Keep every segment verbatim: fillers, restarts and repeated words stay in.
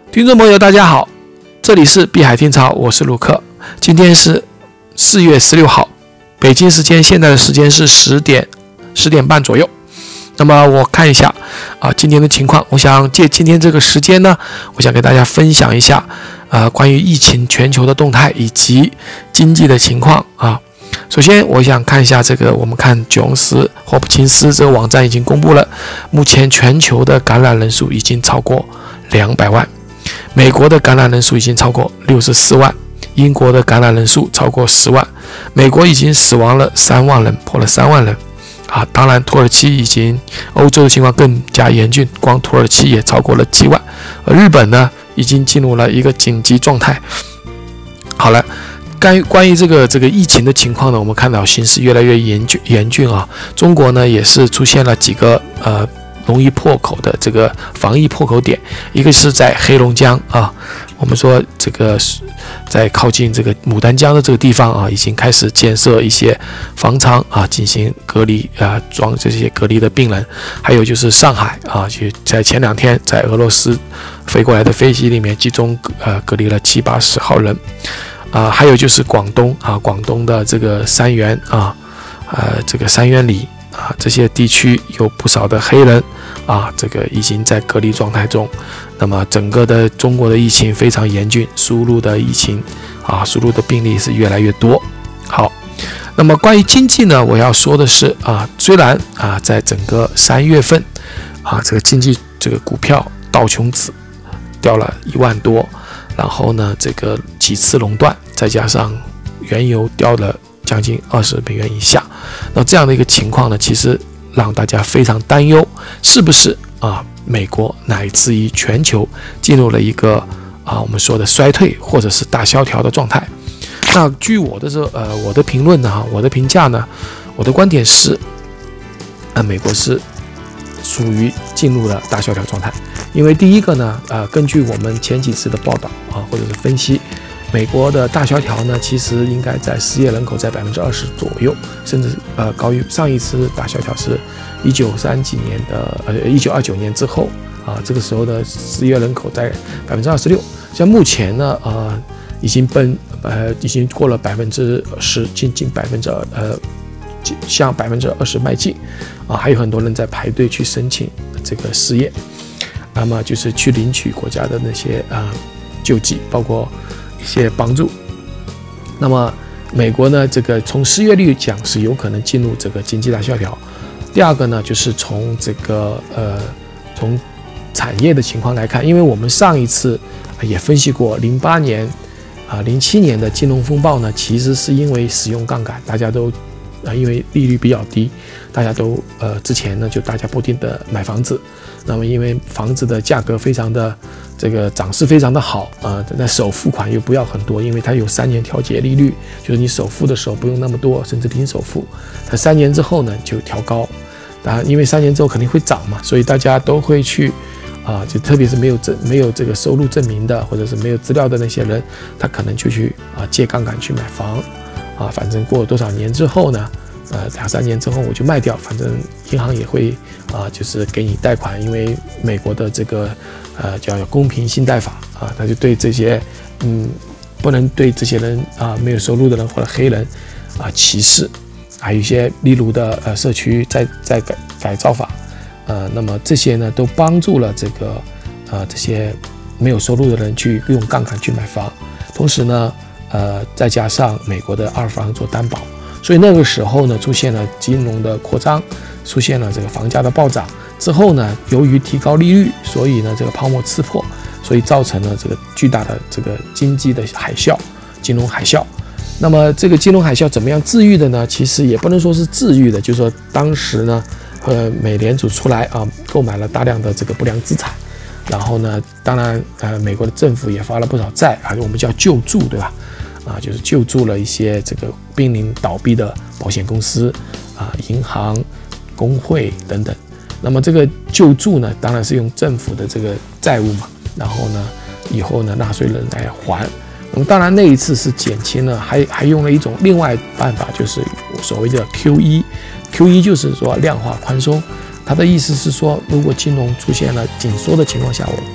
听众朋友，大家好，这里是碧海听潮，我是卢克。今天是四月十六号，北京时间现在的时间是十点十点半左右。那么我看一下啊，今天的情况，我想借今天这个时间呢，我想给大家分享一下啊，关于疫情全球的动态以及经济的情况啊。首先，我想看一下这个，我们看琼斯霍普金斯这个网站已经公布了，目前全球的感染人数已经超过两百万。美国的感染人数已经超过六十四万，英国的感染人数超过十万，美国已经死亡了三万人，破了三万人啊！当然，土耳其已经，欧洲的情况更加严峻，光土耳其也超过了七万，而日本呢，已经进入了一个紧急状态。好了，关于关于这个这个疫情的情况呢，我们看到形势越来越严峻严峻啊！中国呢，也是出现了几个呃。容易破口的这个防疫破口点，一个是在黑龙江啊，我们说这个在靠近这个牡丹江的这个地方啊，已经开始建设一些方舱啊，进行隔离啊，装这些隔离的病人。还有就是上海啊，就在前两天在俄罗斯飞过来的飞机里面集中呃隔离了七八十号人啊，还有就是广东啊，广东的这个三元啊，呃这个三元里。啊，这些地区有不少的黑人啊，这个已经在隔离状态中。那么整个的中国的疫情非常严峻，输入的疫情啊，输入的病例是越来越多。好，那么关于经济呢，我要说的是啊，虽然啊，在整个三月份啊，这个经济这个股票道琼斯掉了一万多，然后呢，这个几次垄断，再加上原油掉了将近二十美元以下，那这样的一个情况呢，其实让大家非常担忧，是不是啊？美国乃至于全球进入了一个啊我们说的衰退或者是大萧条的状态？那据我的这呃我的评论呢，哈，我的评价呢，我的观点是，啊，美国是属于进入了大萧条状态，因为第一个呢，呃，根据我们前几次的报道啊或者是分析。美国的大萧条呢，其实应该在失业人口在百分之二十左右，甚至呃高于上一次大萧条是一九三几年的呃一九二九年之后啊，这个时候的失业人口在百分之二十六。像目前呢，呃已经奔呃已经过了百分之十，近近百分之呃向百分之二十迈进啊，还有很多人在排队去申请这个失业，那么就是去领取国家的那些啊、呃、救济，包括。一些帮助。那么美国呢，这个从失业率讲是有可能进入这个经济大萧条。第二个呢，就是从这个呃从产业的情况来看，因为我们上一次也分析过，零八年啊零七年的金融风暴呢，其实是因为使用杠杆，大家都啊因为利率比较低，大家都呃之前呢就大家不停的买房子，那么因为房子的价格非常的。这个涨势非常的好啊，那、呃、首付款又不要很多，因为它有三年调节利率，就是你首付的时候不用那么多，甚至零首付。它三年之后呢就调高，当然因为三年之后肯定会涨嘛，所以大家都会去啊、呃，就特别是没有证没有这个收入证明的，或者是没有资料的那些人，他可能就去啊借杠杆去买房啊，反正过了多少年之后呢？呃，两三年之后我就卖掉，反正银行也会啊、呃，就是给你贷款，因为美国的这个呃叫公平信贷法啊，他就对这些嗯不能对这些人啊没有收入的人或者黑人啊歧视，还有一些例如的呃社区再再改改造法，呃，那么这些呢都帮助了这个呃这些没有收入的人去用杠杆去买房，同时呢呃再加上美国的二房做担保。所以那个时候呢，出现了金融的扩张，出现了这个房价的暴涨。之后呢，由于提高利率，所以呢，这个泡沫刺破，所以造成了这个巨大的这个经济的海啸，金融海啸。那么这个金融海啸怎么样治愈的呢？其实也不能说是治愈的，就是说当时呢，呃，美联储出来啊，购买了大量的这个不良资产，然后呢，当然呃，美国的政府也发了不少债啊，我们叫救助，对吧？啊，就是救助了一些这个濒临倒闭的保险公司啊、银行、工会等等。那么这个救助呢，当然是用政府的这个债务嘛，然后呢，以后呢，纳税人来还。那么当然那一次是减轻了，还还用了一种另外办法，就是所谓的 Q E。Q E 就是说量化宽松，它的意思是说，如果金融出现了紧缩的情况下，我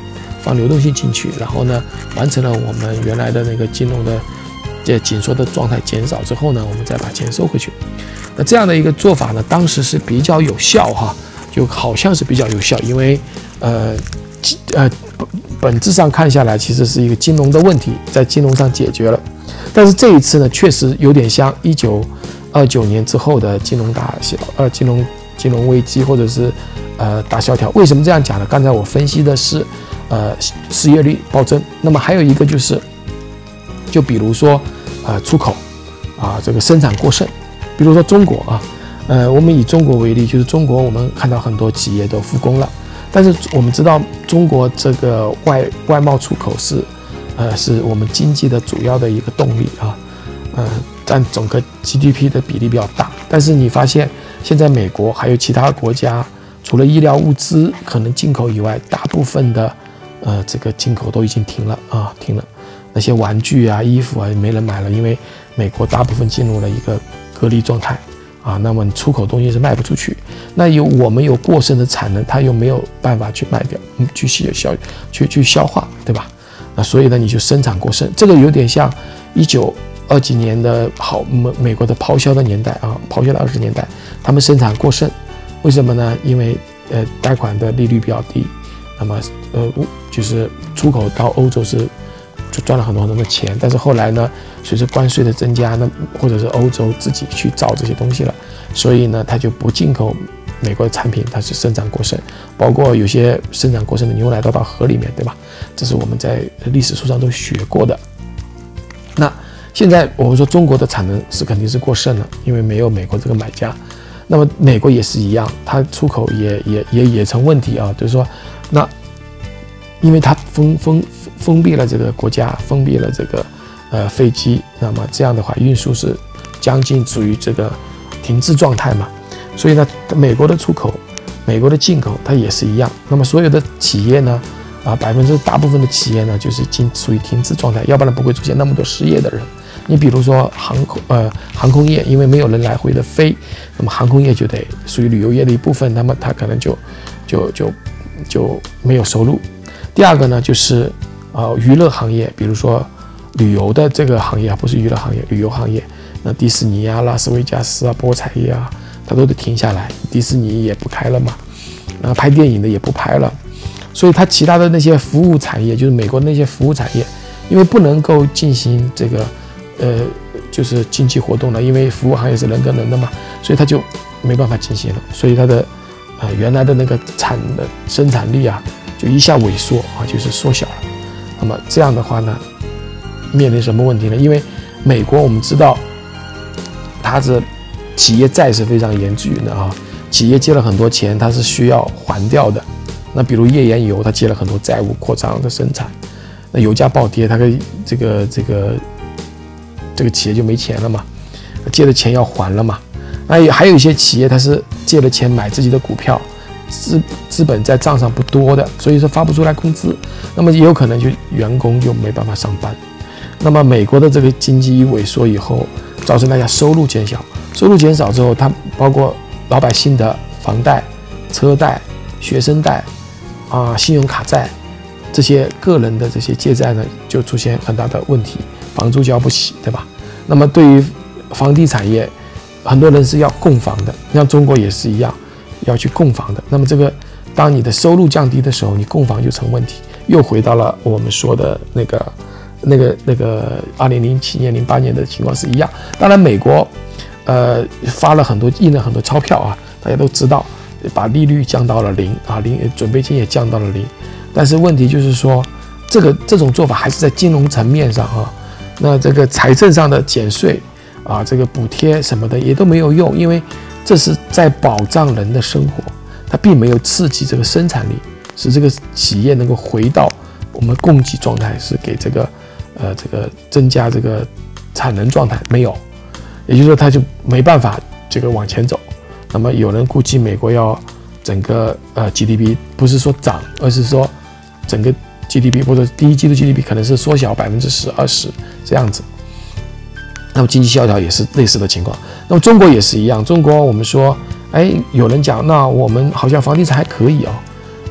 放流动性进去，然后呢，完成了我们原来的那个金融的这紧缩的状态减少之后呢，我们再把钱收回去。那这样的一个做法呢，当时是比较有效哈，就好像是比较有效，因为呃呃本质上看下来，其实是一个金融的问题，在金融上解决了。但是这一次呢，确实有点像一九二九年之后的金融大萧呃金融金融危机，或者是呃大萧条。为什么这样讲呢？刚才我分析的是呃失业率暴增，那么还有一个就是，就比如说呃出口啊，这个生产过剩，比如说中国啊，呃我们以中国为例，就是中国我们看到很多企业都复工了。但是我们知道，中国这个外外贸出口是，呃，是我们经济的主要的一个动力啊，呃，占整个 G D P 的比例比较大。但是你发现，现在美国还有其他国家，除了医疗物资可能进口以外，大部分的，呃，这个进口都已经停了啊，停了。那些玩具啊、衣服啊，没人买了，因为美国大部分进入了一个隔离状态。啊，那么出口东西是卖不出去，那有我们有过剩的产能，它又没有办法去卖掉，嗯，去消去去消化，对吧？那所以呢，你就生产过剩，这个有点像一九二几年的好美美国的咆哮的年代啊，咆哮的二十年代，他们生产过剩，为什么呢？因为呃贷款的利率比较低，那么呃就是出口到欧洲是就赚了很多很多的钱，但是后来呢，随着关税的增加，那或者是欧洲自己去造这些东西了，所以呢，它就不进口美国的产品，它是生产过剩，包括有些生产过剩的牛奶都到河里面，对吧？这是我们在历史书上都学过的。那现在我们说中国的产能是肯定是过剩了，因为没有美国这个买家。那么美国也是一样，它出口也也也也成问题啊，就是说，那因为它封封。封闭了这个国家，封闭了这个呃飞机，那么这样的话，运输是将近处于这个停滞状态嘛。所以呢，美国的出口、美国的进口，它也是一样。那么所有的企业呢，啊，百分之大部分的企业呢，就是进处于停滞状态，要不然不会出现那么多失业的人。你比如说航空呃航空业，因为没有人来回的飞，那么航空业就得属于旅游业的一部分，那么它可能就就就就没有收入。第二个呢，就是呃，娱乐行业，比如说旅游的这个行业啊，不是娱乐行业，旅游行业，那迪士尼啊、拉斯维加斯啊、博彩业啊，它都得停下来，迪士尼也不开了嘛，然后拍电影的也不拍了，所以它其他的那些服务产业，就是美国那些服务产业，因为不能够进行这个呃，就是经济活动了，因为服务行业是人跟人的嘛，所以它就没办法进行了，所以它的呃原来的那个产的生产力啊，就一下萎缩啊，就是缩小了。那么这样的话呢，面临什么问题呢？因为美国我们知道，它的企业债是非常严峻的啊，企业借了很多钱，它是需要还掉的。那比如页岩油，它借了很多债务，扩张的生产，那油价暴跌，它跟这个这个这个企业就没钱了嘛，借的钱要还了嘛。那还有一些企业，它是借了钱买自己的股票。资资本在账上不多的，所以说发不出来工资，那么也有可能就员工就没办法上班。那么美国的这个经济一萎缩以后，造成大家收入减少，收入减少之后，它包括老百姓的房贷、车贷、学生贷啊、信用卡债这些个人的这些借债呢，就出现很大的问题，房租交不起，对吧？那么对于房地产业，很多人是要供房的，像中国也是一样。要去供房的，那么这个当你的收入降低的时候，你供房就成问题，又回到了我们说的那个、那个、那个二零零七年、零八年的情况是一样。当然，美国呃发了很多、印了很多钞票啊，大家都知道，把利率降到了零啊，零准备金也降到了零。但是问题就是说，这个这种做法还是在金融层面上啊，那这个财政上的减税啊，这个补贴什么的也都没有用，因为这是在保障人的生活，它并没有刺激这个生产力，使这个企业能够回到我们供给状态，是给这个呃这个增加这个产能状态没有，也就是说它就没办法这个往前走。那么有人估计美国要整个呃 G D P 不是说涨，而是说整个 G D P 或者第一季度 G D P 可能是缩小百分之十、二十这样子。那么经济萧条也是类似的情况。那么中国也是一样，中国我们说，哎，有人讲，那我们好像房地产还可以哦，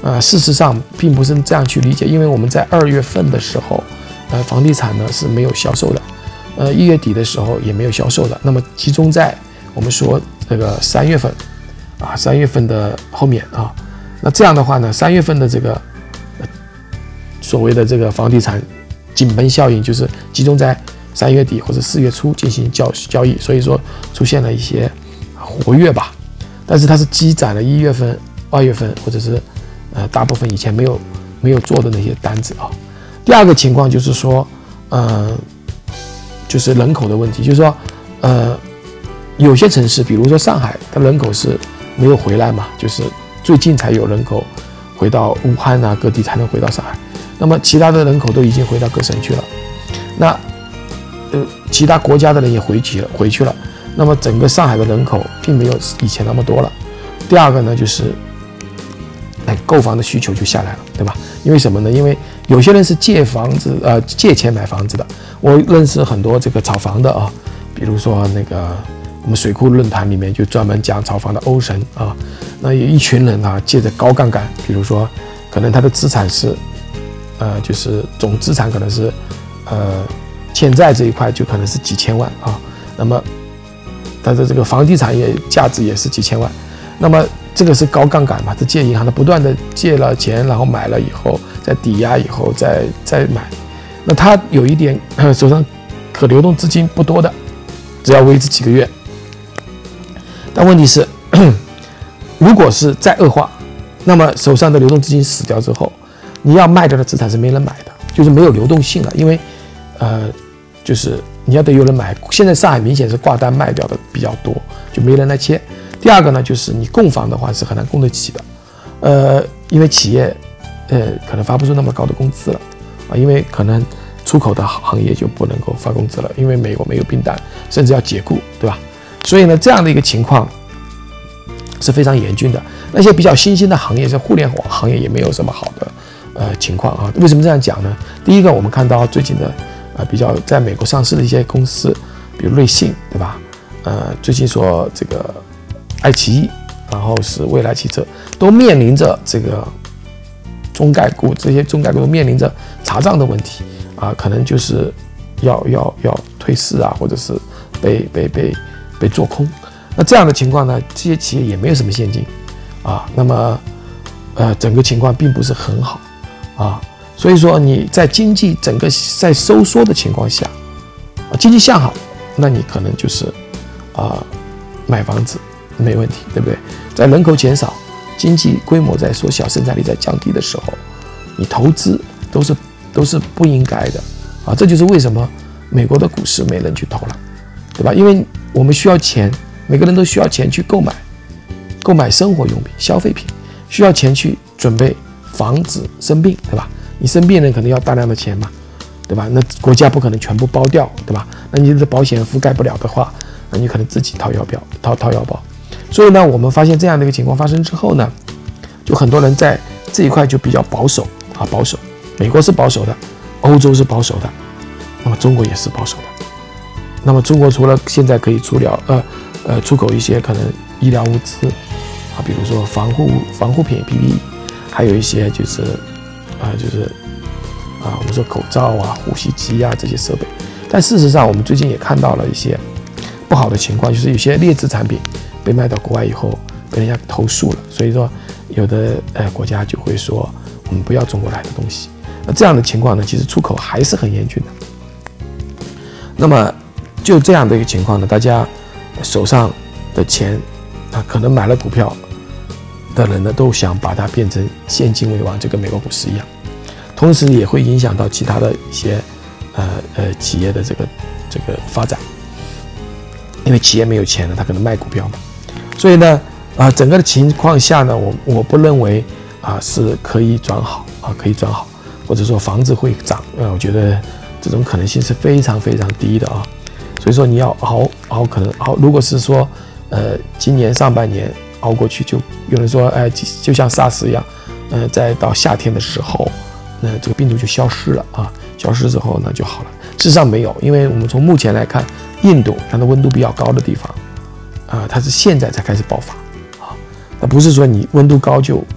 呃，事实上并不是这样去理解，因为我们在二月份的时候，呃，房地产呢是没有销售的，呃，一月底的时候也没有销售的。那么集中在我们说这个三月份，啊，三月份的后面啊，那这样的话呢，三月份的这个、呃、所谓的这个房地产井喷效应，就是集中在三月底或者四月初进行交交易，所以说出现了一些活跃吧。但是它是积攒了一月份、二月份或者是呃大部分以前没有没有做的那些单子啊。第二个情况就是说，呃，就是人口的问题，就是说，呃，有些城市，比如说上海，它人口是没有回来嘛，就是最近才有人口回到武汉啊，各地才能回到上海。那么其他的人口都已经回到各省去了，那呃其他国家的人也回去了，回去了。那么整个上海的人口并没有以前那么多了。第二个呢，就是哎购房的需求就下来了，对吧？因为什么呢？因为有些人是借房子，呃，借钱买房子的。我认识很多这个炒房的啊，比如说那个我们水库论坛里面就专门讲炒房的欧神啊，那有一群人啊，借着高杠杆，比如说可能他的资产是，呃，就是总资产可能是，呃，欠债这一块就可能是几千万啊，那么他的这个房地产业价值也是几千万，那么这个是高杠杆嘛，这借银行的不断的借了钱，然后买了以后再抵押以后再再买，那他有一点手上可流动资金不多的，只要维持几个月。但问题是，如果是再恶化，那么手上的流动资金死掉之后，你要卖掉的资产是没人买的，就是没有流动性了，因为呃，就是你要得有人买。现在上海明显是挂单卖掉的比较多，就没人来接。第二个呢，就是你供房的话是很难供得起的，呃，因为企业呃可能发不出那么高的工资了啊，因为可能出口的行业就不能够发工资了，因为美国没有订单，甚至要解雇，对吧？所以呢，这样的一个情况是非常严峻的。那些比较新兴的行业，像互联网行业，也没有什么好的呃情况啊。为什么这样讲呢？第一个，我们看到最近的呃比较在美国上市的一些公司，比如瑞信，对吧？呃，最近说这个爱奇艺，然后是蔚来汽车，都面临着这个中概股，这些中概股都面临着查账的问题啊，可能就是要要要退市啊，或者是被被被被做空。那这样的情况呢，这些企业也没有什么现金啊，那么呃整个情况并不是很好啊，所以说你在经济整个在收缩的情况下，啊、经济向好，那你可能就是啊买房子没问题，对不对？在人口减少、经济规模在缩小、生产力在降低的时候，你投资都是都是不应该的啊，这就是为什么美国的股市没人去投了，对吧？因为我们需要钱。每个人都需要钱去购买，购买生活用品、消费品，需要钱去准备防止生病，对吧？你生病了可能要大量的钱嘛，对吧？那国家不可能全部包掉，对吧？那你的保险覆盖不了的话，那你可能自己掏腰包，掏掏腰包。所以呢，我们发现这样的一个情况发生之后呢，就很多人在这一块就比较保守啊，保守。美国是保守的，欧洲是保守的，那么中国也是保守的。那么中国除了现在可以出了呃。呃，出口一些可能医疗物资啊，比如说防护防护品 P P E， 还有一些就是啊、呃，就是啊，我们说口罩啊、呼吸机啊这些设备。但事实上，我们最近也看到了一些不好的情况，就是有些劣质产品被卖到国外以后被人家投诉了，所以说有的呃国家就会说我们不要中国来的东西。那这样的情况呢，其实出口还是很严峻的。那么就这样的一个情况呢，大家手上的钱啊，可能买了股票的人呢，都想把它变成现金为王，就跟美国股市一样。同时也会影响到其他的一些呃呃企业的这个这个发展，因为企业没有钱了，他可能卖股票嘛。所以呢，啊、呃，整个的情况下呢，我我不认为啊、呃、是可以转好啊，可以转好，或者说房子会涨，呃，我觉得这种可能性是非常非常低的啊。所以说你要熬熬，可能熬。如果是说，呃，今年上半年熬过去，就有人说，哎，就像 SARS 一样，呃，再到夏天的时候，那这个病毒就消失了啊，消失之后呢就好了。事实上没有，因为我们从目前来看，印度它的温度比较高的地方，啊、呃，它是现在才开始爆发啊，那不是说你温度高就不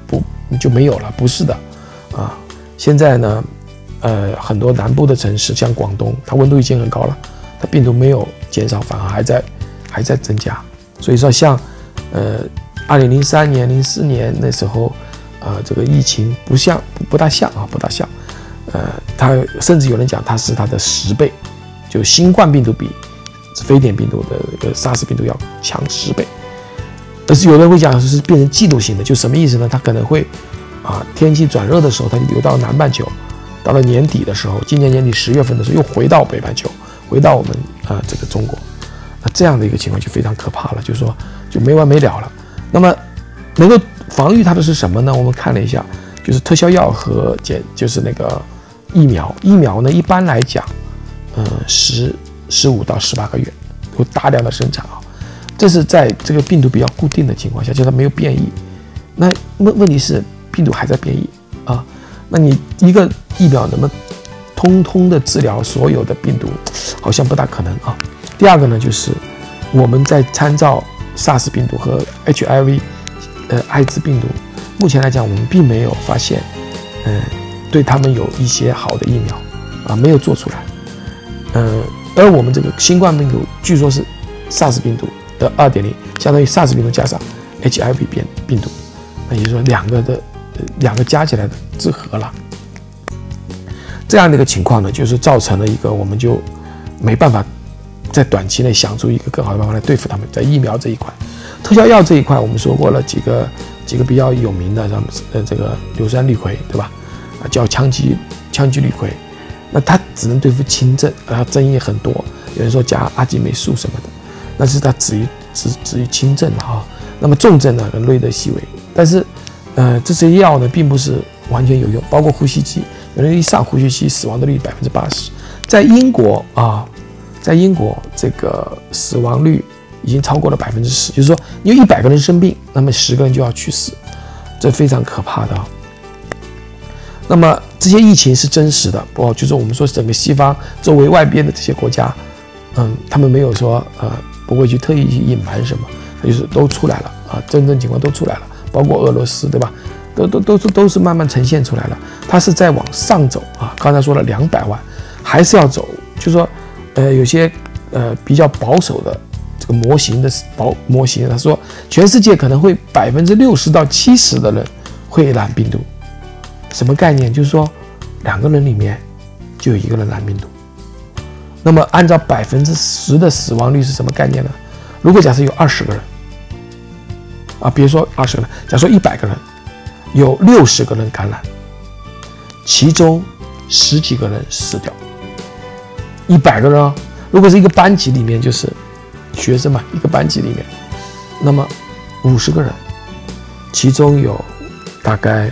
就没有了，不是的，啊，现在呢，呃，很多南部的城市，像广东，它温度已经很高了，它病毒没有减少，反而还在还在增加。所以说，像呃，二零零三年、零四年那时候，呃，这个疫情不像不不大像啊，不大像，呃，它甚至有人讲它是它的十倍，就新冠病毒比非典病毒的这个 SARS 病毒要强十倍。但是有人会讲是变成季度性的，就什么意思呢？它可能会啊，天气转热的时候，它就流到南半球，到了年底的时候，今年年底十月份的时候又回到北半球，回到我们啊、呃、这个中国，那这样的一个情况就非常可怕了，就是说就没完没了了。那么能够防御它的是什么呢？我们看了一下，就是特效药和减，就是那个疫苗。疫苗呢，一般来讲，呃，十十五到十八个月有大量的生产啊。这是在这个病毒比较固定的情况下，就它没有变异。那问问题是病毒还在变异啊？那你一个疫苗能不能通通的治疗所有的病毒，好像不大可能啊。第二个呢，就是我们在参照 SARS 病毒和 H I V， 呃，艾滋病毒，目前来讲我们并没有发现，呃，对他们有一些好的疫苗啊，没有做出来。呃，而我们这个新冠病毒据说是 SARS 病毒的 二点零， 相当于 SARS 病毒加上 H I V 病毒，那也就是说两个的、呃、两个加起来的之和了。这样的一个情况呢，就是造成了一个我们就没办法在短期内想出一个更好的办法来对付他们。在疫苗这一块，特效药这一块，我们说过了几个几个比较有名的，像呃这个硫酸氯喹，对吧？啊，叫羟基羟基氯喹，那它只能对付轻症，啊，争议很多，有人说加阿基霉素什么的。但是它止于止止于轻症啊，那么重症呢，跟瑞德西韦，但是，呃，这些药呢，并不是完全有用，包括呼吸机，有人一上呼吸机，死亡的率百分之八十，在英国啊，在英国这个死亡率已经超过了百分之十，就是说，你有一百个人生病，那么十个人就要去世，这非常可怕的啊。那么这些疫情是真实的，不，就是我们说整个西方周围外边的这些国家，嗯，他们没有说呃。不会去特意去隐瞒什么，它就是都出来了啊，真正情况都出来了，包括俄罗斯，对吧？都都都是都是慢慢呈现出来了，它是在往上走啊。刚才说了两百万，还是要走，就是说，呃，有些呃比较保守的这个模型的保模型，他说全世界可能会百分之六十到七十的人会染病毒，什么概念？就是说两个人里面就有一个人染病毒。那么按照百分之十的死亡率是什么概念呢？如果假设有二十个人，啊，别说二十个人，假说一百个人，有六十个人感染，其中十几个人死掉。一百个人哦，如果是一个班级里面就是学生嘛，一个班级里面，那么五十个人，其中有大概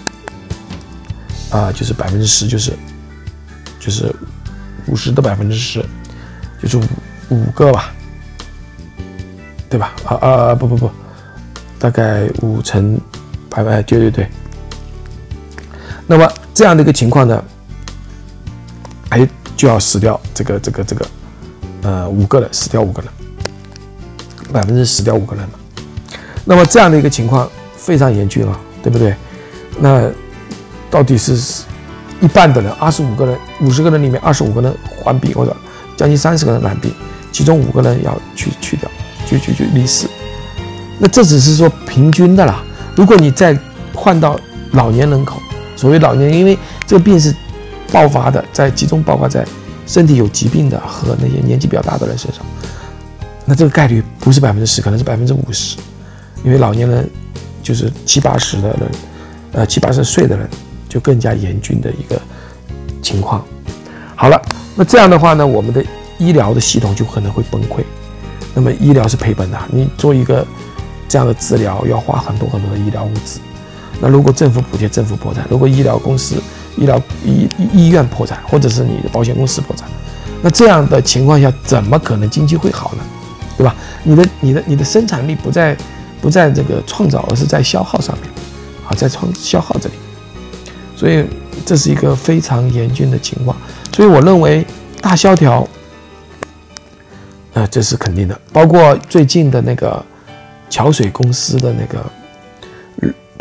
啊、呃，就是百分之十，就是就是。五十的百分之十，就是五五个吧，对吧？啊啊不不不，大概五乘百万，对对对。那么这样的一个情况呢，哎，就要死掉这个这个这个，呃，五个人死掉五个人，百分之死掉五个人了。那么这样的一个情况非常严峻了，对不对？那到底是？一半的人，二十五个人，五十个人里面二十五个人患病，或者将近三十个人染病，其中五个人要去去掉，去去去离世。那这只是说平均的啦。如果你再换到老年人口，所谓老年人，因为这个病是爆发的，在集中爆发在身体有疾病的和那些年纪比较大的人身上，那这个概率不是百分之十，可能是百分之五十，因为老年人就是七八十的人，呃七八十岁的人。就更加严峻的一个情况。好了，那这样的话呢，我们的医疗的系统就可能会崩溃。那么医疗是赔本的，你做一个这样的治疗要花很多很多的医疗物资。那如果政府补贴，政府破产；如果医疗公司、医疗医医院破产，或者是你的保险公司破产，那这样的情况下，怎么可能经济会好呢？对吧？你的你的你的生产力不在不在这个创造，而是在消耗上面，啊，在创消耗这里。所以这是一个非常严峻的情况，所以我认为大萧条，呃，这是肯定的。包括最近的那个桥水公司的那个这个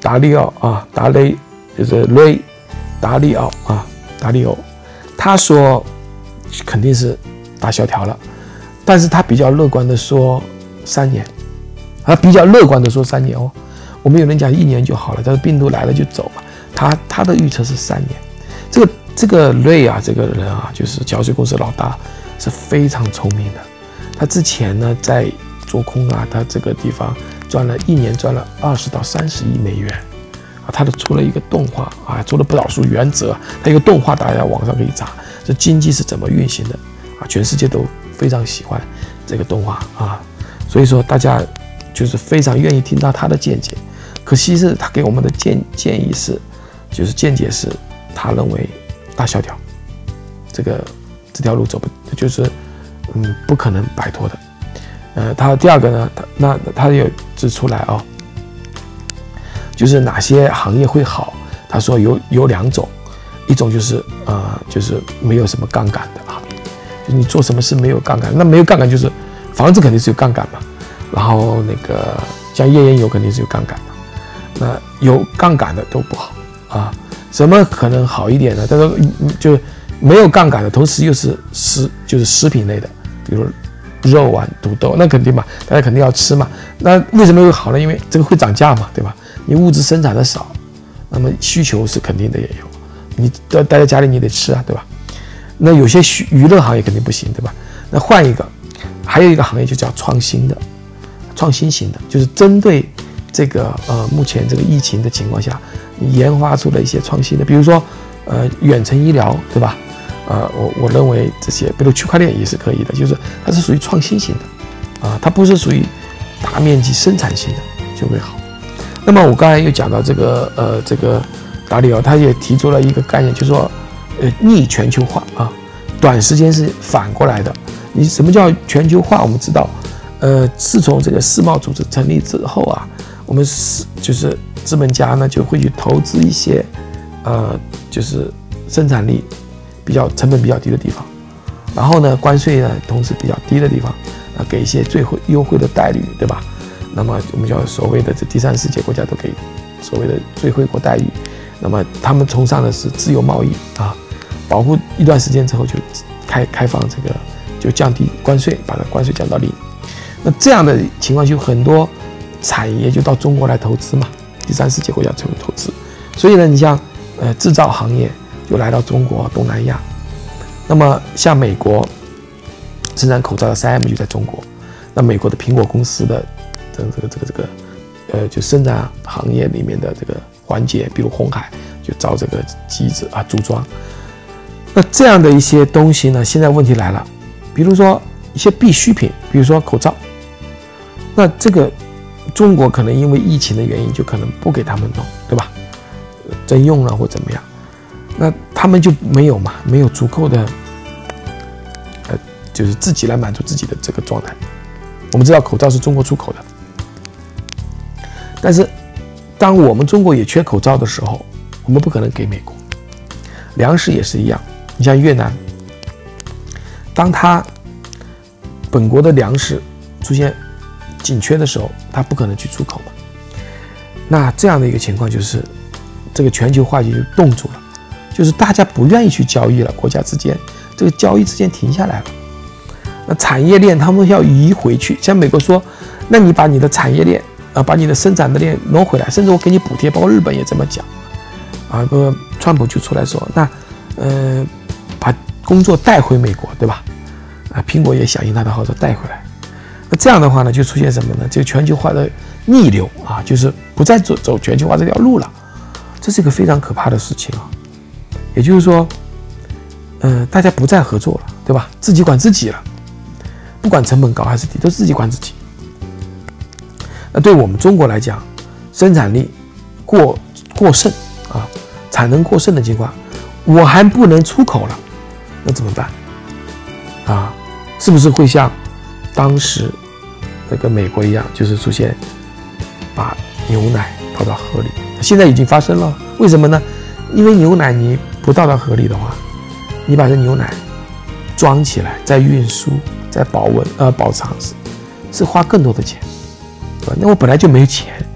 达利奥啊，达雷就是雷达利奥啊，达利欧，他说肯定是大萧条了，但是他比较乐观的说三年，他比较乐观的说三年哦。我们有人讲一年就好了，但是病毒来了就走嘛。他他的预测是三年。这个这个瑞啊，这个人啊，就是桥水公司老大，是非常聪明的。他之前呢在做空啊，他这个地方赚了一年赚了二十到三十亿美元啊。他的出了一个动画啊，做了不少书原则，他一个动画大家网上可以查，这经济是怎么运行的啊，全世界都非常喜欢这个动画啊，所以说大家就是非常愿意听到他的见解。可惜是他给我们的建建议是，就是见解是，他认为大萧条，这个这条路走不，就是嗯不可能摆脱的。呃，他第二个呢，他那他有指出来哦，就是哪些行业会好？他说有有两种，一种就是呃就是没有什么杠杆的行业，就你做什么事没有杠杆，那没有杠杆就是房子肯定是有杠杆嘛，然后那个像页岩油肯定是有杠杆的。那有杠杆的都不好啊，什么可能好一点呢？但是就没有杠杆的，同时又是食就是食品类的，比如肉啊、土豆，那肯定嘛，大家肯定要吃嘛。那为什么会好呢？因为这个会涨价嘛，对吧？你物质生产的少，那么需求是肯定的也有，你待在家里你得吃啊，对吧？那有些娱乐行业肯定不行，对吧？那换一个，还有一个行业就叫创新的，创新型的，就是针对这个呃，目前这个疫情的情况下，你研发出了一些创新的，比如说呃，远程医疗，对吧？呃，我我认为这些，比如区块链也是可以的，就是它是属于创新型的，啊、呃，它不是属于大面积生产型的，就会好。那么我刚才又讲到这个呃，这个达里奥他也提出了一个概念，就是说呃，逆全球化啊，短时间是反过来的。你什么叫全球化？我们知道，呃，自从这个世贸组织成立之后啊。我们是就是资本家呢就会去投资一些，呃，就是生产力比较成本比较低的地方，然后呢关税呢同时比较低的地方，啊给一些最优惠的待遇，对吧？那么我们叫所谓的这第三世界国家都给所谓的最惠国待遇，那么他们崇尚的是自由贸易啊，保护一段时间之后就开开放这个就降低关税，把它关税降到零。那这样的情况就很多。产业就到中国来投资嘛，第三世界国家就投资，所以呢，你像呃制造行业就来到中国、东南亚，那么像美国生产口罩的 三 M 就在中国，那美国的苹果公司的这个这个这个这个呃就生产行业里面的这个环节，比如鸿海就造这个机子啊组装，那这样的一些东西呢，现在问题来了，比如说一些必需品，比如说口罩，那这个。中国可能因为疫情的原因，就可能不给他们弄，对吧？征用了或怎么样，那他们就没有嘛，没有足够的，呃，就是自己来满足自己的这个状态。我们知道口罩是中国出口的，但是当我们中国也缺口罩的时候，我们不可能给美国。粮食也是一样，你像越南，当他本国的粮食出现紧缺的时候，它不可能去出口嘛。那这样的一个情况就是，这个全球化就冻住了，就是大家不愿意去交易了，国家之间这个交易之间停下来了。那产业链他们要移回去，像美国说，那你把你的产业链啊，把你的生产的链挪回来，甚至我给你补贴，包括日本也这么讲啊。个川普就出来说，那呃，把工作带回美国，对吧？啊，苹果也响应他的号召带回来。那这样的话呢，就出现什么呢？这个全球化的逆流啊，就是不再走走全球化这条路了，这是一个非常可怕的事情啊。也就是说，呃，大家不再合作了，对吧？自己管自己了，不管成本高还是低，都自己管自己。那对我们中国来讲，生产力过过剩啊，产能过剩的情况，我还不能出口了，那怎么办？啊，是不是会像当时那个美国一样，就是出现把牛奶倒到河里？现在已经发生了，为什么呢？因为牛奶你不倒到河里的话，你把这牛奶装起来，再运输、再保温、呃保藏是是花更多的钱，对吧？那我本来就没钱，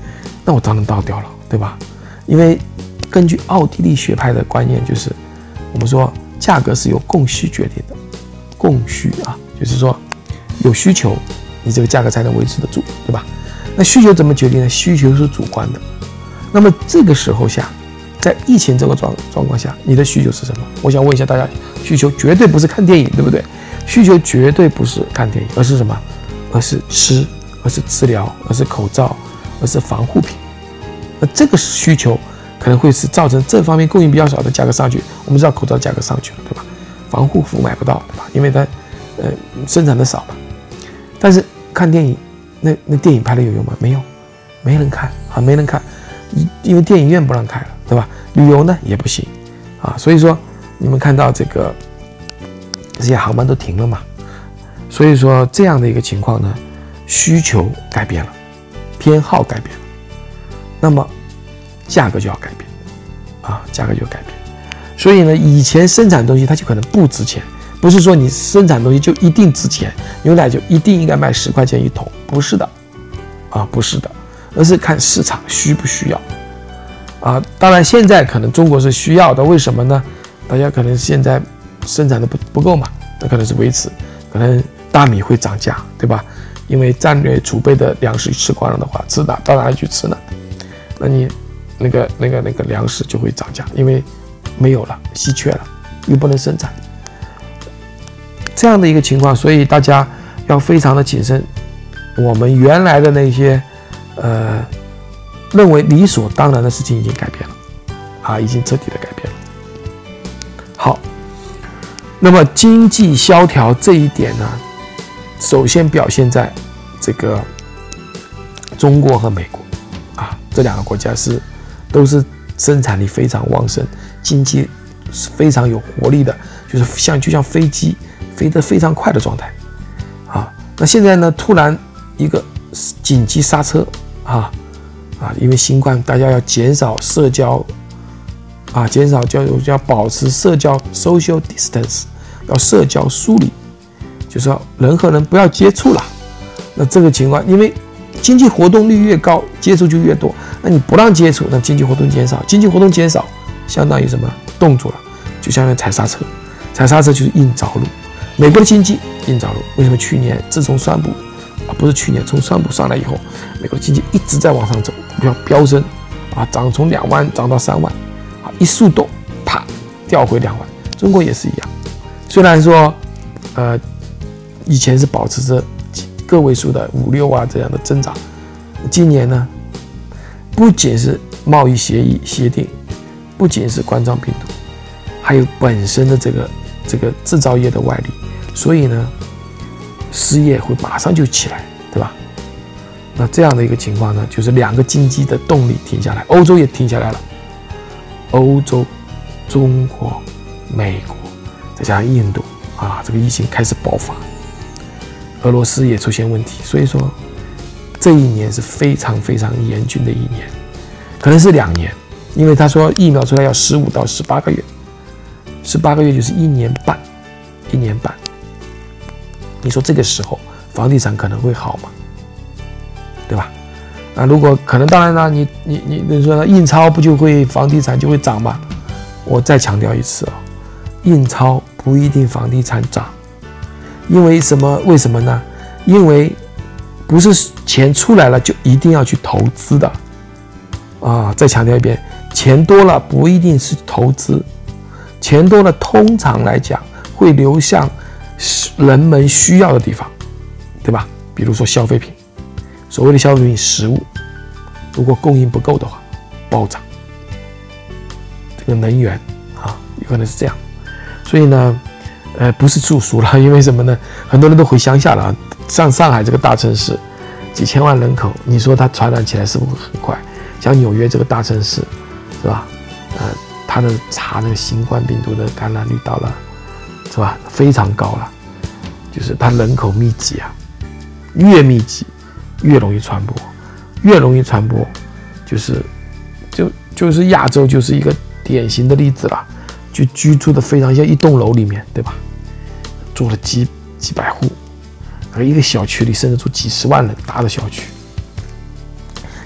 那我当然倒掉了，对吧？因为根据奥地利学派的观念，就是我们说价格是由供需决定的，供需啊，就是说有需求，你这个价格才能维持得住，对吧？那需求怎么决定呢？需求是主观的。那么这个时候下，在疫情这个状状况下，你的需求是什么？我想问一下大家，需求绝对不是看电影，对不对？需求绝对不是看电影，而是什么？而是吃，而是治疗，而是口罩，而是防护品。那这个需求可能会是造成这方面供应比较少的价格上去。我们知道口罩价格上去了，对吧？防护服买不到，对吧？因为它呃生产的少嘛。但是看电影，那那电影拍的有用吗？没有，没人看啊，没人看，因为电影院不让开了，对吧？旅游呢也不行啊，所以说你们看到这个这些航班都停了嘛。所以说这样的一个情况呢，需求改变了，偏好改变了，那么价格就要改变啊，价格就要改变。所以呢，以前生产东西它就可能不值钱，不是说你生产东西就一定值钱，牛奶就一定应该卖十块钱一桶，不是的啊，不是的，而是看市场需不需要啊。当然现在可能中国是需要的，为什么呢？大家可能现在生产的不不够嘛，那可能是维持，可能大米会涨价，对吧？因为战略储备的粮食吃光了的话，吃哪到哪里去吃呢？那你那个那个那个粮食就会涨价，因为没有了，稀缺了，又不能生产，这样的一个情况，所以大家要非常的谨慎。我们原来的那些呃认为理所当然的事情已经改变了啊，已经彻底的改变了。好，那么经济萧条这一点呢，首先表现在这个中国和美国啊，这两个国家是都是生产力非常旺盛，经济是非常有活力的，就是像就像飞机飞得非常快的状态啊。那现在呢，突然一个紧急刹车啊啊，因为新冠，大家要减少社交啊，减少交要保持社交 social distance， 要社交疏离，就是说人和人不要接触了。那这个情况，因为经济活动率越高，接触就越多。那你不让接触，那经济活动减少，经济活动减少，相当于什么？冻住了，就相当于踩刹车。踩刹车就是硬着陆。美国的经济硬着陆，为什么去年自从川普啊，不是去年，从川普上来以后，美国的经济一直在往上走，要飙升啊，涨从两万涨到三万，啊，一速动，啪，掉回两万。中国也是一样，虽然说，呃，以前是保持着个位数的五六啊这样的增长，今年呢，不仅是贸易协议协定，不仅是冠状病毒，还有本身的这个这个制造业的外力，所以呢，失业会马上就起来，对吧？那这样的一个情况呢，就是两个经济的动力停下来，欧洲也停下来了，欧洲、中国、美国，再加上印度啊，这个疫情开始爆发。俄罗斯也出现问题，所以说这一年是非常非常严峻的一年，可能是两年，因为他说疫苗出来要十五到十八个月，十八个月就是一年半，一年半。你说这个时候房地产可能会好吗？对吧？啊，如果可能，当然了，你你你你说印钞不就会房地产就会涨吗？我再强调一次啊、哦，印钞不一定房地产涨。因为什么？为什么呢？因为不是钱出来了就一定要去投资的啊！再强调一遍，钱多了不一定是投资，钱多了通常来讲会流向人们需要的地方，对吧？比如说消费品，所谓的消费品，食物，如果供应不够的话，暴涨。这个能源啊，有可能是这样，所以呢。呃，不是住宿了，因为什么呢？很多人都回乡下了，像上海这个大城市，几千万人口，你说它传染起来是不是很快？像纽约这个大城市，是吧？呃，它的查那个新冠病毒的感染率到了，是吧？非常高了，就是它人口密集啊，越密集越容易传播，越容易传播，就是就就是亚洲就是一个典型的例子了。就居住的非常像一栋楼里面，对吧？住了几几百户，而一个小区里甚至住几十万人大的小区，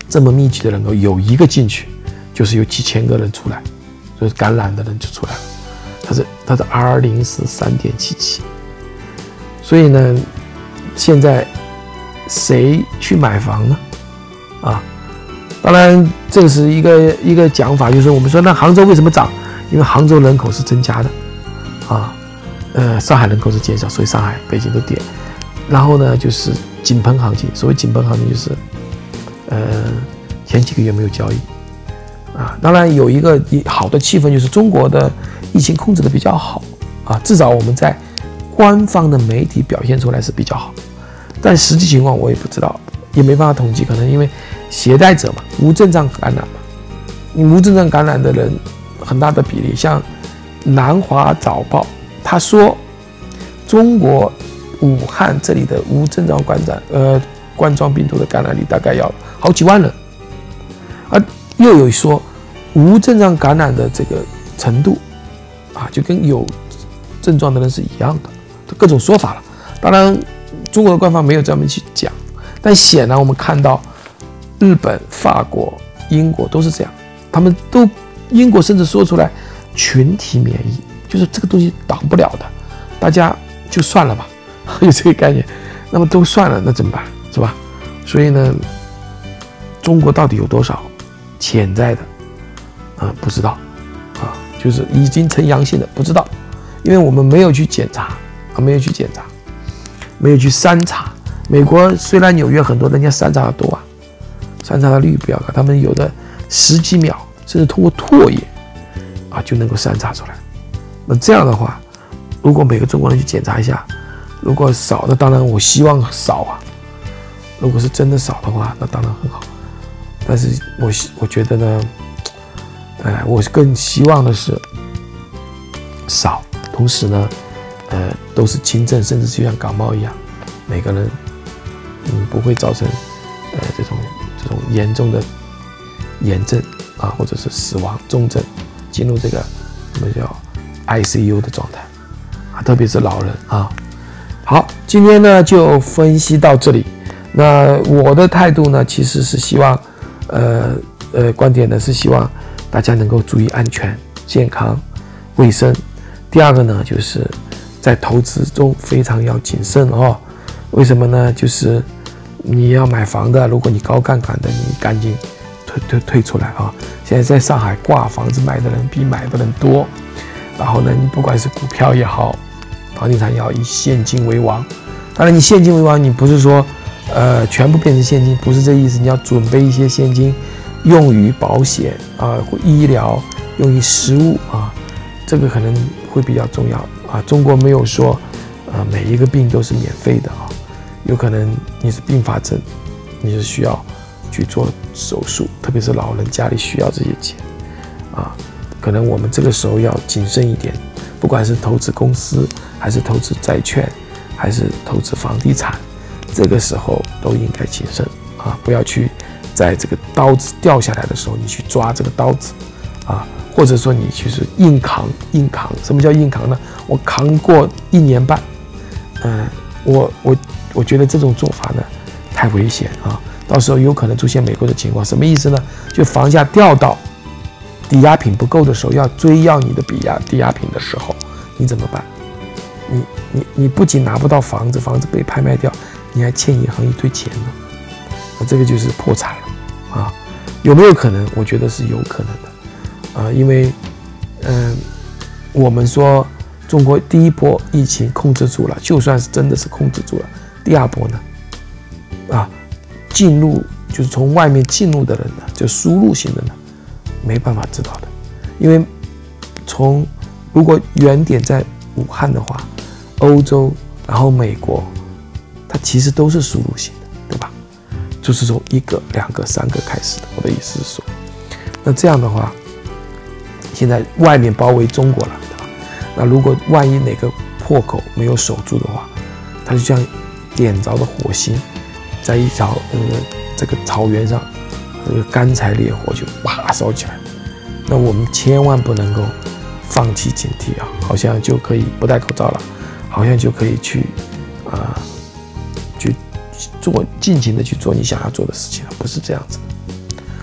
这么密集的人口，有一个进去，就是有几千个人出来，所以感染的人就出来了。它是它的 R 零是 三点七七， 所以呢，现在谁去买房呢？啊，当然这个是一个一个讲法，就是我们说那杭州为什么涨？因为杭州人口是增加的，啊，呃，上海人口是减少，所以上海、北京都跌。然后呢，就是井喷行情，所谓井喷行情就是，呃，前几个月没有交易，啊，当然有一个好的气氛，就是中国的疫情控制的比较好，啊，至少我们在官方的媒体表现出来是比较好，但实际情况我也不知道，也没办法统计，可能因为携带者嘛，无症状感染嘛，你无症状感染的人很大的比例，像南华早报他说，中国武汉这里的无症状感染，呃，冠状病毒的感染率大概要好几万人，而又有说无症状感染的这个程度，啊，就跟有症状的人是一样的，各种说法了。当然，中国的官方没有专门去讲，但显然我们看到，日本、法国、英国都是这样，他们都英国甚至说出来群体免疫，就是这个东西挡不了的，大家就算了吧。有这个概念，那么都算了，那怎么办，是吧？所以呢，中国到底有多少潜在的，啊、呃，不知道，啊，就是已经呈阳性的不知道，因为我们没有去检查，啊，没有去检查，没有去筛查。美国虽然纽约很多人家筛查的多啊，筛查的率比较高，他们有的十几秒，甚至通过唾液，啊，就能够筛查出来。那这样的话，如果每个中国人去检查一下。如果少的，当然我希望少啊。如果是真的少的话，那当然很好。但是我我觉得呢，呃，我更希望的是少，同时呢，呃，都是轻症，甚至就像感冒一样，每个人嗯不会造成呃这种这种严重的炎症啊，或者是死亡、重症，进入这个什么叫 I C U 的状态啊，特别是老人啊。好，今天呢就分析到这里。那我的态度呢，其实是希望，呃呃，观点呢是希望大家能够注意安全、健康、卫生。第二个呢，就是在投资中非常要谨慎哦。为什么呢？就是你要买房的，如果你高杠杆的，你赶紧退退退出来啊！现在在上海挂房子买的人比买的人多，然后呢，你不管是股票也好，房地产也好，以现金为王。当然，你现金为王，你不是说，呃，全部变成现金，不是这意思。你要准备一些现金，用于保险啊、呃，医疗，用于食物啊，这个可能会比较重要啊。中国没有说，呃，每一个病都是免费的啊，有可能你是并发症，你是需要去做手术，特别是老人家里需要这些钱啊，可能我们这个时候要谨慎一点。不管是投资公司，还是投资债券，还是投资房地产，这个时候都应该谨慎啊！不要去在这个刀子掉下来的时候，你去抓这个刀子啊，或者说你就是硬扛硬扛。什么叫硬扛呢？我扛过一年半，嗯、呃，我我我觉得这种做法呢太危险啊！到时候有可能出现美国的情况，什么意思呢？就房价掉到抵押品不够的时候，要追要你的抵押抵押品的时候，你怎么办？你你你不仅拿不到房子，房子被拍卖掉，你还欠银行一堆钱呢，那这个就是破产了啊！有没有可能？我觉得是有可能的啊，因为嗯，我们说中国第一波疫情控制住了，就算是真的是控制住了，第二波呢，啊，进入就是从外面进入的人呢，就输入型的呢。没办法知道的，因为从如果原点在武汉的话，欧洲然后美国，它其实都是输入型的，对吧？就是从一个、两个、三个开始的。我的意思是说，那这样的话，现在外面包围中国了，对吧？那如果万一哪个破口没有守住的话，它就像点着的火星，在一条呃这个草原上。这个干柴烈火就啪烧起来，那我们千万不能够放弃警惕啊！好像就可以不戴口罩了，好像就可以去啊、呃，去做尽情的去做你想要做的事情了，不是这样子的。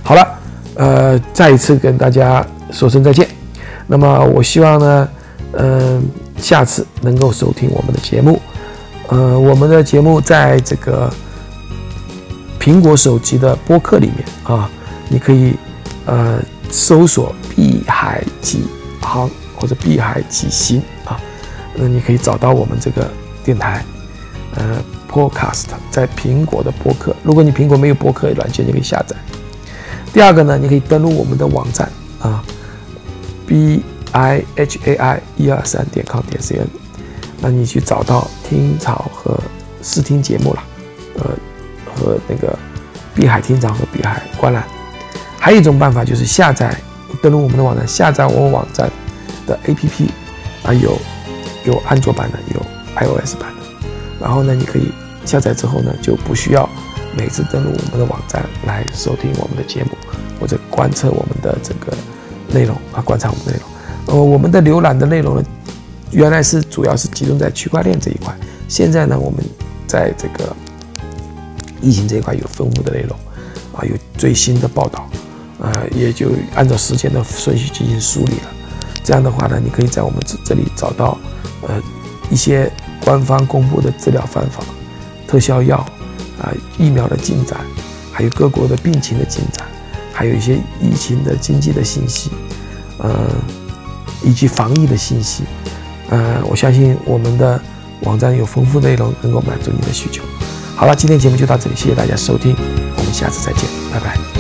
好了，呃，再一次跟大家说声再见。那么我希望呢，嗯、呃，下次能够收听我们的节目。呃，我们的节目在这个苹果手机的播客里面啊，你可以呃搜索碧海几行或者碧海几行啊，那你可以找到我们这个电台，呃 Podcast 在苹果的播客。如果你苹果没有播客软件，你可以下载。第二个呢，你可以登录我们的网站啊 ，b i h a i 一二三点 com 点 c n， 那你去找到听潮和试听节目了，呃。和那个碧海听潮和碧海观览。还有一种办法就是下载，登录我们的网站，下载我们网站的 A P P 啊，有有安卓版的，有 iOS 版的。然后呢，你可以下载之后呢，就不需要每次登录我们的网站来收听我们的节目或者观测我们的这个内容啊，观察我们的内容。呃，我们的浏览的内容呢，原来是主要是集中在区块链这一块，现在呢，我们在这个疫情这一块有丰富的内容啊，有最新的报道，呃，也就按照时间的顺序进行梳理了。这样的话呢，你可以在我们这里找到呃一些官方公布的治疗方法、特效药啊、疫苗的进展，还有各国的病情的进展，还有一些疫情的经济的信息，呃，以及防疫的信息。呃，我相信我们的网站有丰富内容，能够满足你的需求。好了，今天节目就到这里，谢谢大家收听，我们下次再见，拜拜。